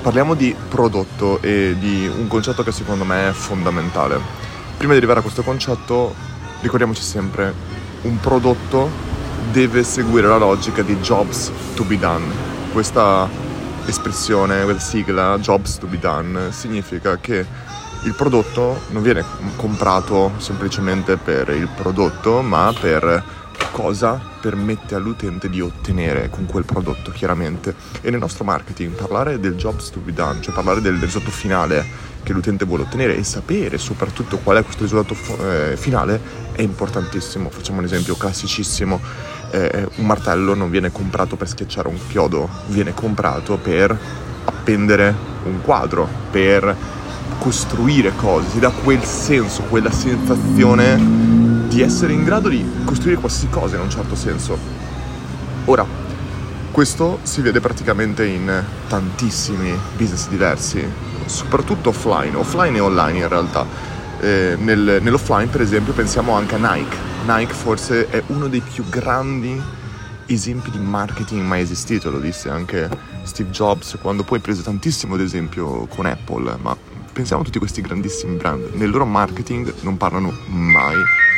Parliamo di prodotto e di un concetto che secondo me è fondamentale. Prima di arrivare a questo concetto, ricordiamoci sempre, un prodotto deve seguire la logica di jobs to be done. Questa espressione, questa sigla, jobs to be done, significa che il prodotto non viene comprato semplicemente per il prodotto, ma per cosa permette all'utente di ottenere con quel prodotto, chiaramente. E nel nostro marketing parlare del jobs to be done, cioè parlare del risultato finale che l'utente vuole ottenere e sapere soprattutto qual è questo risultato finale è importantissimo. Facciamo un esempio classicissimo: un martello non viene comprato per schiacciare un chiodo, viene comprato per appendere un quadro, per costruire cose, ti dà quel senso, quella sensazione di essere in grado di costruire qualsiasi cosa in un certo senso. Ora, questo si vede praticamente in tantissimi business diversi, soprattutto offline e online in realtà. Nell'offline, per esempio, pensiamo anche a Nike. Nike forse è uno dei più grandi esempi di marketing mai esistito, lo disse anche Steve Jobs quando poi prese tantissimo ad esempio con Apple, ma pensiamo a tutti questi grandissimi brand. Nel loro marketing non parlano mai,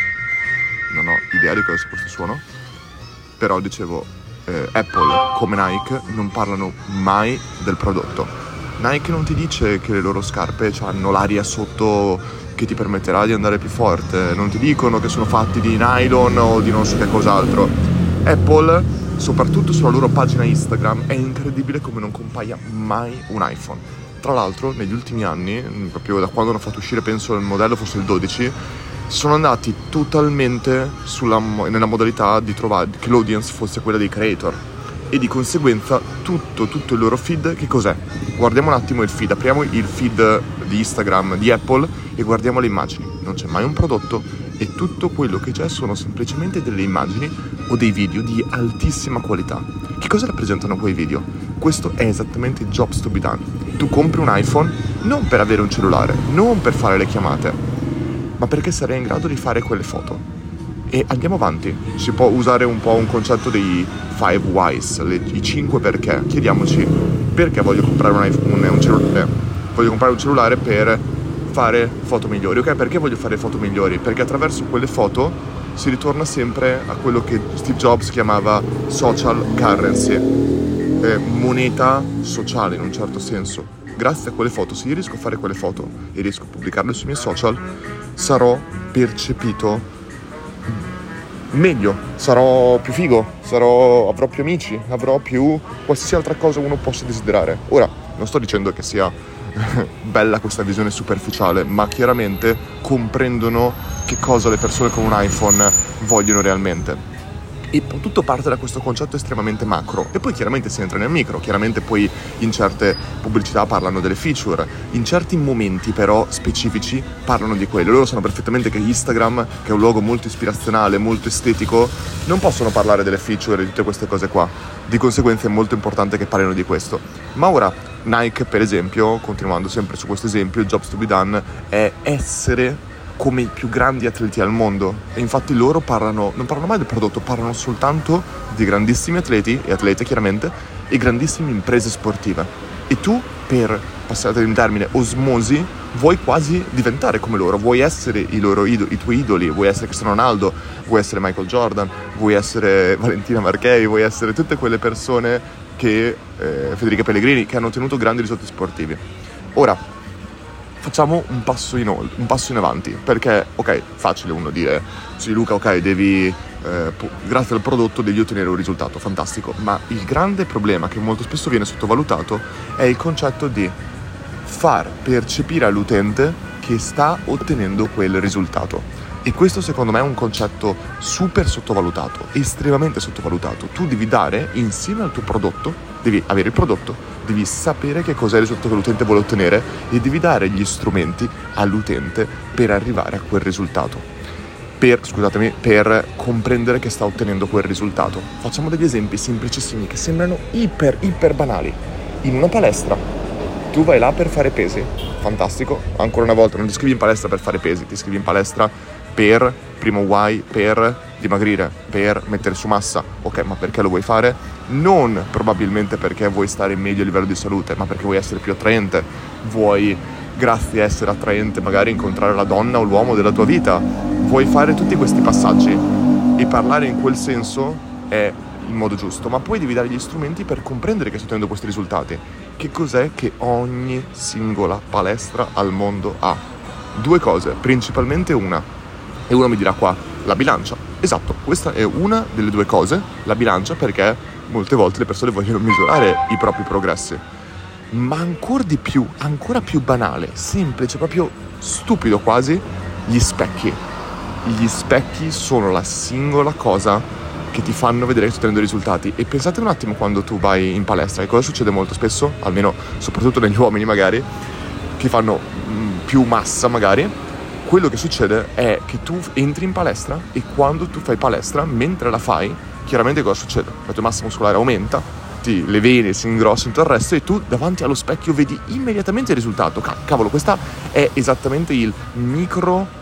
non ho idea di cosa sia questo suono, però dicevo, Apple come Nike non parlano mai del prodotto. Nike non ti dice che le loro scarpe hanno l'aria sotto che ti permetterà di andare più forte, non ti dicono che sono fatti di nylon o di non so che cos'altro. Apple, soprattutto sulla loro pagina Instagram, è incredibile come non compaia mai un iPhone. Tra l'altro negli ultimi anni, proprio da quando hanno fatto uscire, penso il modello fosse il 12, sono andati totalmente nella modalità di trovare che l'audience fosse quella dei creator, e di conseguenza tutto il loro feed che cos'è? Guardiamo un attimo il feed, apriamo il feed di Instagram di Apple e guardiamo le immagini. Non c'è mai un prodotto e tutto quello che c'è sono semplicemente delle immagini o dei video di altissima qualità. Che cosa rappresentano quei video? Questo è esattamente il jobs to be done. Tu compri un iPhone non per avere un cellulare, non per fare le chiamate, ma perché sarai in grado di fare quelle foto. E andiamo avanti, si può usare un po' un concetto dei 5 whys, i 5 perché. Chiediamoci perché voglio comprare un cellulare. Voglio comprare un cellulare per fare foto migliori, ok? Perché voglio fare foto migliori? Perché attraverso quelle foto si ritorna sempre a quello che Steve Jobs chiamava social currency, moneta sociale in un certo senso. Grazie a quelle foto, se io riesco a fare quelle foto e riesco a pubblicarle sui miei social, sarò percepito meglio, sarò più figo, avrò più amici, avrò più qualsiasi altra cosa uno possa desiderare. Ora, non sto dicendo che sia bella questa visione superficiale, ma chiaramente comprendono che cosa le persone con un iPhone vogliono realmente. E tutto parte da questo concetto estremamente macro, e poi chiaramente si entra nel micro. Chiaramente poi in certe pubblicità parlano delle feature, in certi momenti però specifici parlano di quello. Loro sanno perfettamente che Instagram, che è un luogo molto ispirazionale, molto estetico, non possono parlare delle feature e di tutte queste cose qua. Di conseguenza è molto importante che parlino di questo. Ma ora Nike, per esempio, continuando sempre su questo esempio, il jobs to be done è essere come i più grandi atleti al mondo. E infatti loro non parlano mai del prodotto, parlano soltanto di grandissimi atleti e atlete chiaramente, e grandissime imprese sportive. E tu, per passare in termine osmosi, vuoi quasi diventare come loro, vuoi essere i tuoi idoli, vuoi essere Cristiano Ronaldo, vuoi essere Michael Jordan, vuoi essere Valentina Marchesi, vuoi essere tutte quelle persone che Federica Pellegrini, che hanno ottenuto grandi risultati sportivi. Ora facciamo un passo in avanti, perché ok, facile uno dire sì Luca, ok, devi grazie al prodotto devi ottenere un risultato, fantastico, ma il grande problema che molto spesso viene sottovalutato è il concetto di far percepire all'utente che sta ottenendo quel risultato. E questo secondo me è un concetto super sottovalutato, estremamente sottovalutato. Tu devi dare insieme al tuo prodotto, devi avere il prodotto, devi sapere che cos'è il risultato che l'utente vuole ottenere e devi dare gli strumenti all'utente per arrivare a quel risultato, per comprendere che sta ottenendo quel risultato. Facciamo degli esempi semplicissimi che sembrano iper banali. In una palestra tu vai là per fare pesi, fantastico, ancora una volta non ti iscrivi in palestra per fare pesi, ti iscrivi in palestra per, primo why, per dimagrire, per mettere su massa. Ok, ma perché lo vuoi fare? Non probabilmente perché vuoi stare meglio a livello di salute, ma perché vuoi essere più attraente, vuoi, grazie a essere attraente, magari incontrare la donna o l'uomo della tua vita, vuoi fare tutti questi passaggi, e parlare in quel senso è il modo giusto, ma poi devi dare gli strumenti per comprendere che stai ottenendo questi risultati. Che cos'è che ogni singola palestra al mondo ha? Due cose, principalmente una, e uno mi dirà qua, la bilancia. Esatto, questa è una delle due cose, la bilancia, perché molte volte le persone vogliono misurare i propri progressi, ma ancora più banale, semplice, proprio stupido quasi, gli specchi. Gli specchi sono la singola cosa che ti fanno vedere che stai ottenendo risultati. E pensate un attimo, quando tu vai in palestra, che cosa succede molto spesso, almeno soprattutto negli uomini magari, che fanno più massa magari, quello che succede è che tu entri in palestra e quando tu fai palestra, mentre la fai, chiaramente cosa succede? La tua massa muscolare aumenta, le vene si ingrossano, tutto il resto, e tu davanti allo specchio vedi immediatamente il risultato. Cavolo, questa è esattamente il micro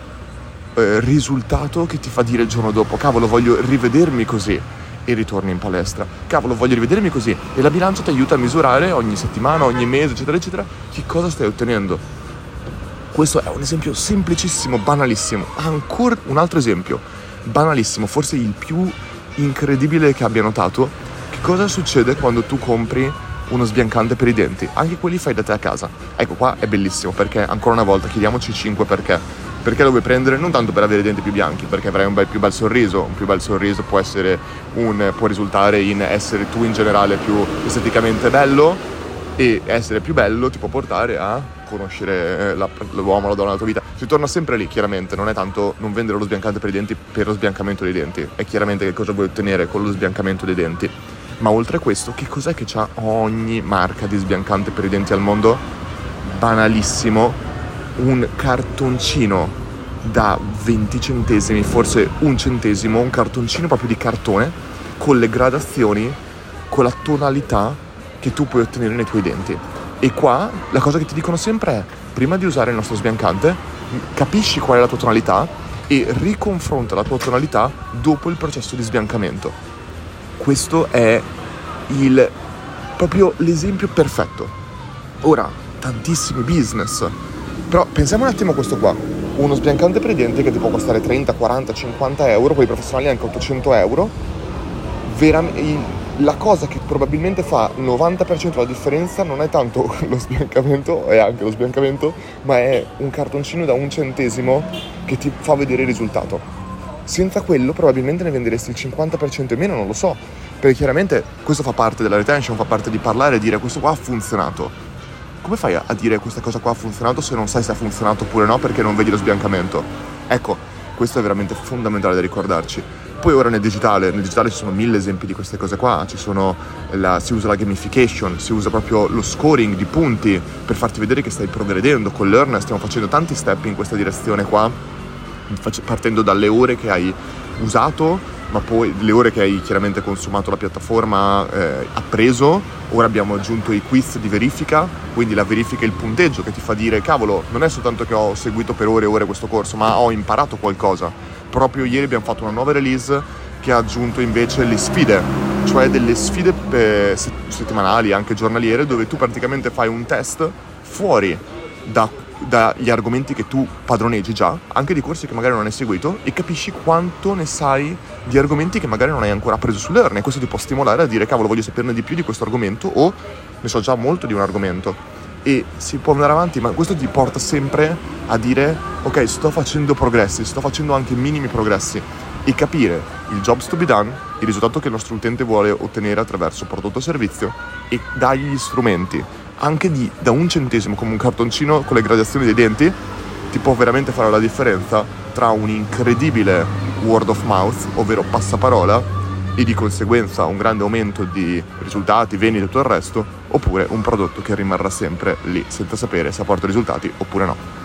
risultato che ti fa dire il giorno dopo: cavolo, voglio rivedermi così, e ritorni in palestra. Cavolo, voglio rivedermi così, e la bilancia ti aiuta a misurare ogni settimana, ogni mese, eccetera eccetera, che cosa stai ottenendo. Questo è un esempio semplicissimo, banalissimo. Ancora un altro esempio banalissimo, forse il più incredibile che abbia notato. Che cosa succede quando tu compri uno sbiancante per i denti? Anche quelli fai da te a casa. Ecco, qua è bellissimo, perché ancora una volta chiediamoci 5 perché. Perché lo vuoi prendere? Non tanto per avere i denti più bianchi, perché avrai un più bel sorriso. Un più bel sorriso può risultare in essere tu in generale più esteticamente bello, e essere più bello ti può portare a conoscere l'uomo, la donna della tua vita. Si torna sempre lì, chiaramente. Non è tanto non vendere lo sbiancante per i denti per lo sbiancamento dei denti, è chiaramente che cosa vuoi ottenere con lo sbiancamento dei denti. Ma oltre a questo, che cos'è che c'ha ogni marca di sbiancante per i denti al mondo? Banalissimo, un cartoncino da 20 centesimi, forse un centesimo, un cartoncino proprio di cartone con le gradazioni, con la tonalità che tu puoi ottenere nei tuoi denti. E qua la cosa che ti dicono sempre è: prima di usare il nostro sbiancante, capisci qual è la tua tonalità e riconfronta la tua tonalità dopo il processo di sbiancamento. Questo è proprio l'esempio perfetto. Ora, tantissimi business, però pensiamo un attimo a questo qua: uno sbiancante per i denti che ti può costare 30, 40, 50 euro, quelli professionali anche 800 euro. La cosa che probabilmente fa il 90% della differenza non è tanto lo sbiancamento, è anche lo sbiancamento, ma è un cartoncino da 1 centesimo che ti fa vedere il risultato. Senza quello probabilmente ne venderesti il 50% in meno, non lo so, perché chiaramente questo fa parte della retention, fa parte di parlare e dire: questo qua ha funzionato. Come fai a dire questa cosa qua ha funzionato se non sai se ha funzionato oppure no, perché non vedi lo sbiancamento? Ecco, questo è veramente fondamentale da ricordarci. Poi ora nel digitale ci sono 1000 esempi di queste cose qua. Si usa la gamification, si usa proprio lo scoring di punti per farti vedere che stai progredendo. Con Learn stiamo facendo tanti step in questa direzione qua, partendo dalle ore che hai usato, ma poi le ore che hai chiaramente consumato la piattaforma, appreso. Ora abbiamo aggiunto i quiz di verifica, quindi la verifica e il punteggio che ti fa dire: cavolo, non è soltanto che ho seguito per ore e ore questo corso, ma ho imparato qualcosa. Proprio ieri abbiamo fatto una nuova release che ha aggiunto invece le sfide, cioè delle sfide settimanali, anche giornaliere, dove tu praticamente fai un test fuori dagli argomenti che tu padroneggi già, anche di corsi che magari non hai seguito, e capisci quanto ne sai di argomenti che magari non hai ancora preso su Learn, e questo ti può stimolare a dire: cavolo, voglio saperne di più di questo argomento, o ne so già molto di un argomento. E si può andare avanti, ma questo ti porta sempre a dire: ok, sto facendo progressi, sto facendo anche minimi progressi, e capire il jobs to be done, il risultato che il nostro utente vuole ottenere attraverso prodotto o servizio, e dargli gli strumenti anche da 1 centesimo, come un cartoncino con le gradazioni dei denti, ti può veramente fare la differenza tra un incredibile word of mouth, ovvero passaparola, e di conseguenza un grande aumento di risultati, vendite e tutto il resto, oppure un prodotto che rimarrà sempre lì senza sapere se porta risultati oppure no.